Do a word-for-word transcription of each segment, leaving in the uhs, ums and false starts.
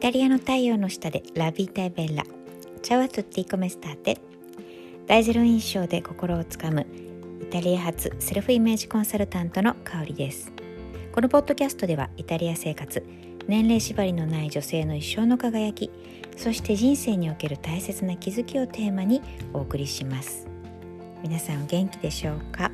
タリアの太陽の下でラビータ・ベッラ。チャワトゥッティコメスターテ。大ゼロ印象で心をつかむイタリア発セルフイメージコンサルタントの香りです。このポッドキャストではイタリア生活、年齢縛りのない女性の一生の輝き、そして人生における大切な気づきをテーマにお送りします。皆さんお元気でしょうか？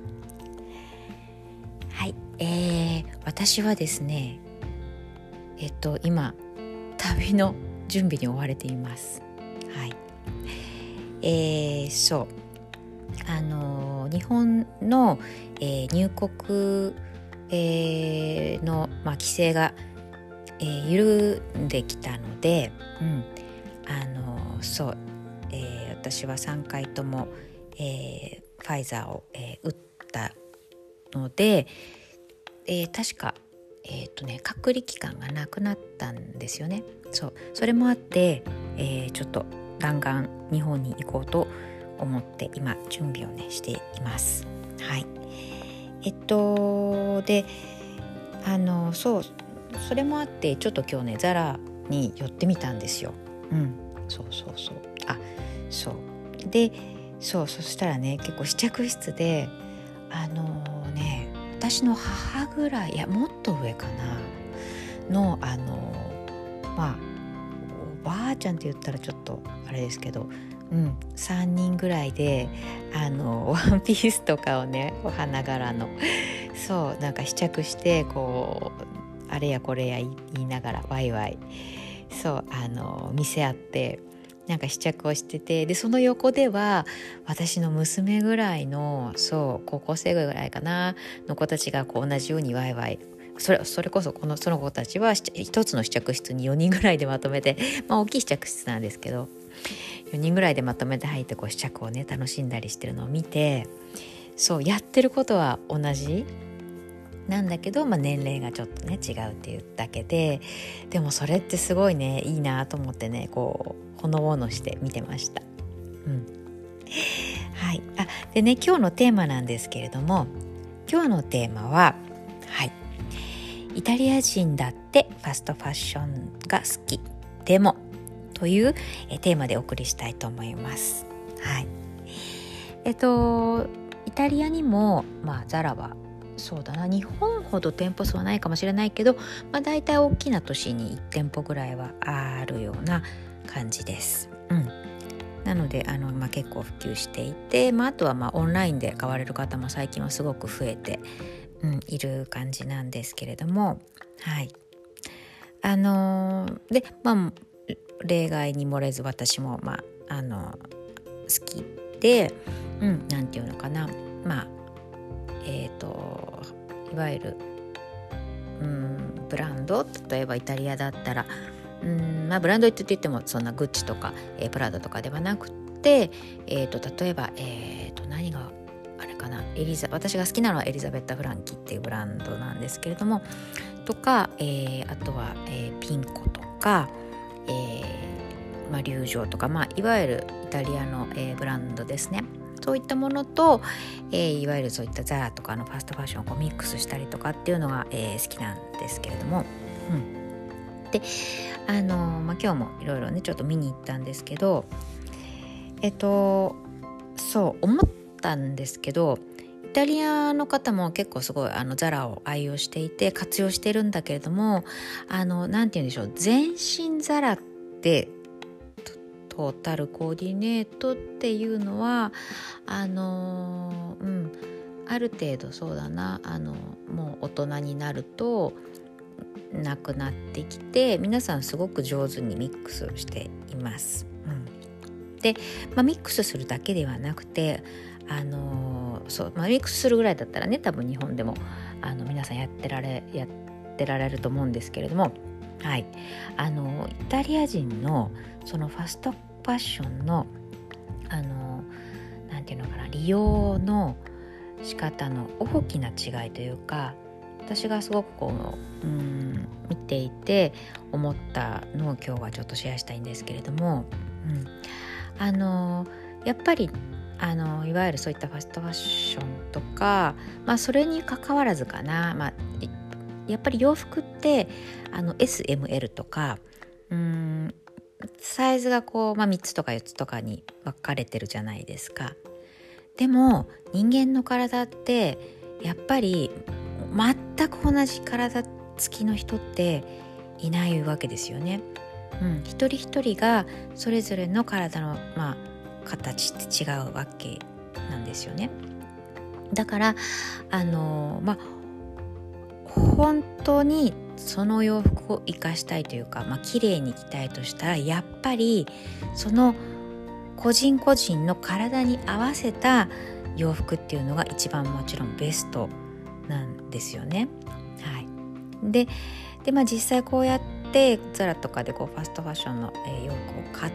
はい、えー、私はですねえっと今旅の準備に追われています。はい、えー、そうあの日本の、えー、入国、えー、の、まあ、規制が、えー、緩んできたので、うん、あのそう、えー、私はさんかいとも、えー、ファイザーを、えー、打ったので、えー、確かえーとね、隔離期間がなくなったんですよね。そう、それもあって、えー、ちょっと弾丸日本に行こうと思って今準備をねしています。はい。えっとであのそうそれもあってちょっと今日ねザラに寄ってみたんですよ。うん、そうそうそう。あ、そうでそうそしたらね結構試着室であのね。私の母ぐらい、いやもっと上かなのあのまあおばあちゃんって言ったらちょっとあれですけど、うん、さんにんぐらいであのワンピースとかをねお花柄のそうなんか試着してこうあれやこれや言いながらワイワイそうあの見せ合ってなんか試着をしてて、でその横では私の娘ぐらいのそう高校生ぐらいかなの子たちがこう同じようにワイワイそれそれこそこのその子たちは一つの試着室によにんぐらいでまとめて、まあ大きい試着室なんですけどよにんぐらいでまとめて入ってこう試着をね楽しんだりしてるのを見て、そうやってることは同じなんだけど、まあ、年齢がちょっとね違うっていうだけで、でもそれってすごいねいいなと思ってねこうほのぼのして見てました。うん、はい。あでね今日のテーマなんですけれども、今日のテーマははいイタリア人だってファストファッションが好きでもというえテーマでお送りしたいと思います。はい。えっとイタリアにもまあザラはそうだな日本ほど店舗数はないかもしれないけど、まあ、大体大きな都市にいち店舗ぐらいはあるような感じです。うん、なのであの、まあ、結構普及していて、まあ、あとはまあオンラインで買われる方も最近はすごく増えて、うん、いる感じなんですけれども、はいあのー、でまあ例外に漏れず私も、まあ、あの好きで、うん、なんていうのかなまあえーと、いわゆるうんブランド例えばイタリアだったらうん、まあ、ブランドって言ってもそんなグッチとか、えー、プラダとかではなくて、えーと、例えば、えーと、何があれかなエリザ私が好きなのはエリザベッタ・フランキっていうブランドなんですけれどもとか、えー、あとは、えー、ピンコとか、えーまあ、リュージョとか、まあ、いわゆるイタリアの、えー、ブランドですね。そういったものと、えー、いわゆるそういったザラとかのファストファッションをこうミックスしたりとかっていうのが、えー、好きなんですけれども、うん、であのーまあ、今日もいろいろねちょっと見に行ったんですけどえっとそう思ったんですけどイタリアの方も結構すごいあのザラを愛用していて活用してるんだけれどもあのなんて言うんでしょう全身ザラってトータルコーディネートっていうのはあのー、うんある程度そうだなあのもう大人になるとなくなってきて皆さんすごく上手にミックスしています。うん、で、まあ、ミックスするだけではなくてあのー、そう、まあ、ミックスするぐらいだったらね多分日本でもあの皆さんやってられやってられると思うんですけれども、はい、あのイタリア人のそのファストファッションのあのなんていうのかな利用の仕方の大きな違いというか私がすごくこう、うん、見ていて思ったのを今日はちょっとシェアしたいんですけれども、うん、あのやっぱりあのいわゆるそういったファストファッションとか、まあ、それに関わらずかな、まあ、やっぱり洋服ってあの エスエムエル とかうーんサイズがこう、まあ、みっつとかよっつとかに分かれてるじゃないですか。でも人間の体ってやっぱり全く同じ体つきの人っていないわけですよね。うん、一人一人がそれぞれの体の、まあ、形って違うわけなんですよね。だからあのまあ本当にその洋服を生かしたいというか、まあ綺麗に着たいとしたらやっぱりその個人個人の体に合わせた洋服っていうのが一番もちろんベストなんですよね。はい、で, で、まあ、実際こうやってザラとかでこうファストファッションの、えー、洋服を買って、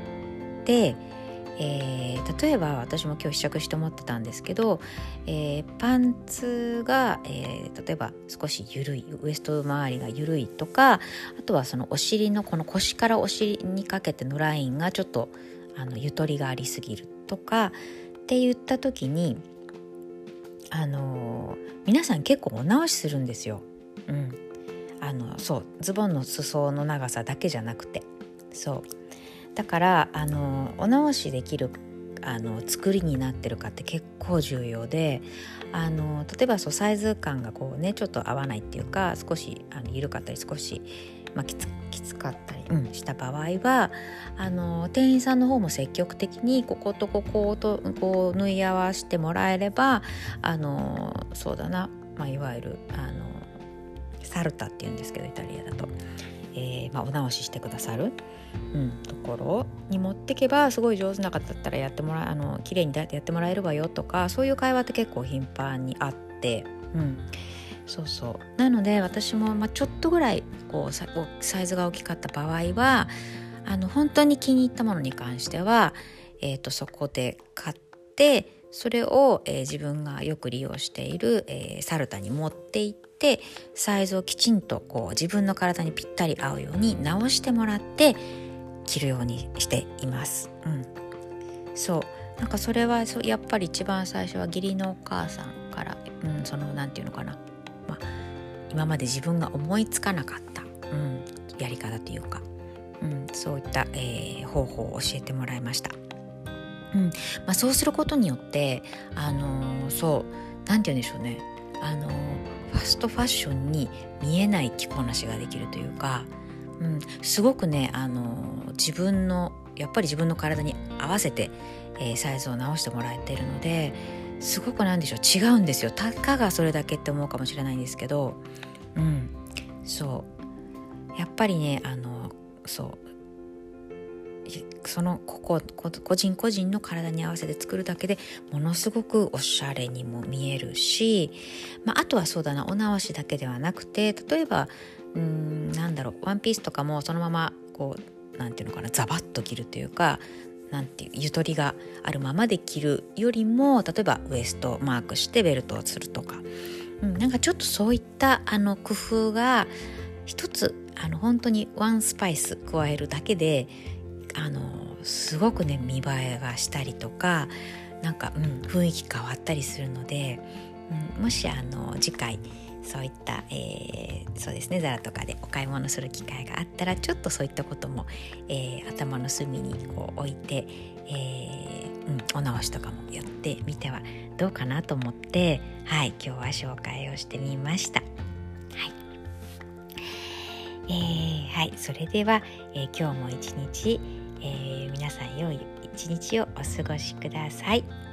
えー、例えば私も今日試着して思ってたんですけど、えー、パンツが、えー、例えば少し緩いウエスト周りが緩いとか、あとはそのお尻のこの腰からお尻にかけてのラインがちょっとあのゆとりがありすぎるとかって言った時に、あのー、皆さん結構お直しするんですよ。うん、あのそうズボンの裾の長さだけじゃなくて、そうだからあのお直しできるあの作りになってるかって結構重要で、あの例えばそうサイズ感がこうねちょっと合わないっていうか、少しあの緩かったり少し、まあ、きつ、きつかったり、うん、した場合はあの店員さんの方も積極的にこことこことこう縫い合わせてもらえれば、あのそうだな、まあ、いわゆるあのサルタっていうんですけどイタリアだと、えーまあ、お直ししてくださる、うん、ところに持ってけばすごい上手な方だったらやってもらあの綺麗にやってもらえるわよとか、そういう会話って結構頻繁にあって、うん、そうそうなので私も、まあ、ちょっとぐらいこう サ, サイズが大きかった場合はあの本当に気に入ったものに関しては、えー、とそこで買ってそれを、えー、自分がよく利用している、えー、サルタに持って行ってサイズをきちんとこう自分の体にぴったり合うように直してもらって着るようにしています。うん、そうなんかそれはやっぱり一番最初は義理のお母さんから、うん、そのなんていうのかな、まあ、今まで自分が思いつかなかった、うん、やり方というか、うん、そういった、えー、方法を教えてもらいました。うんまあ、そうすることによってあのー、そうなんて言うんでしょうね、あのー、ファストファッションに見えない着こなしができるというか、うん、すごくね、あのー、自分のやっぱり自分の体に合わせて、えー、サイズを直してもらえているのですごくなんでしょう違うんですよ。たかがそれだけって思うかもしれないんですけど、うん、そうやっぱりねあのそうそのここ個人個人の体に合わせて作るだけでものすごくおしゃれにも見えるし、まあ、あとはそうだなお直しだけではなくて、例えばうーんなんだろうワンピースとかもそのままこうなんていうのかなザバッと着るというか、なんていうゆとりがあるままで着るよりも例えばウエストをマークしてベルトをするとか、うん、なんかちょっとそういったあの工夫が一つあの本当にワンスパイス加えるだけであのすごくね見栄えがしたりとかなんか、うん、雰囲気変わったりするので、うん、もしあの次回そういった、えー、そうですねザラとかでお買い物する機会があったらちょっとそういったことも、えー、頭の隅にこう置いて、えーうん、お直しとかもやってみてはどうかなと思って、はい、今日は紹介をしてみました。はいえーはい、それでは、えー、今日も一日、えー、皆さん良い一日をお過ごしください。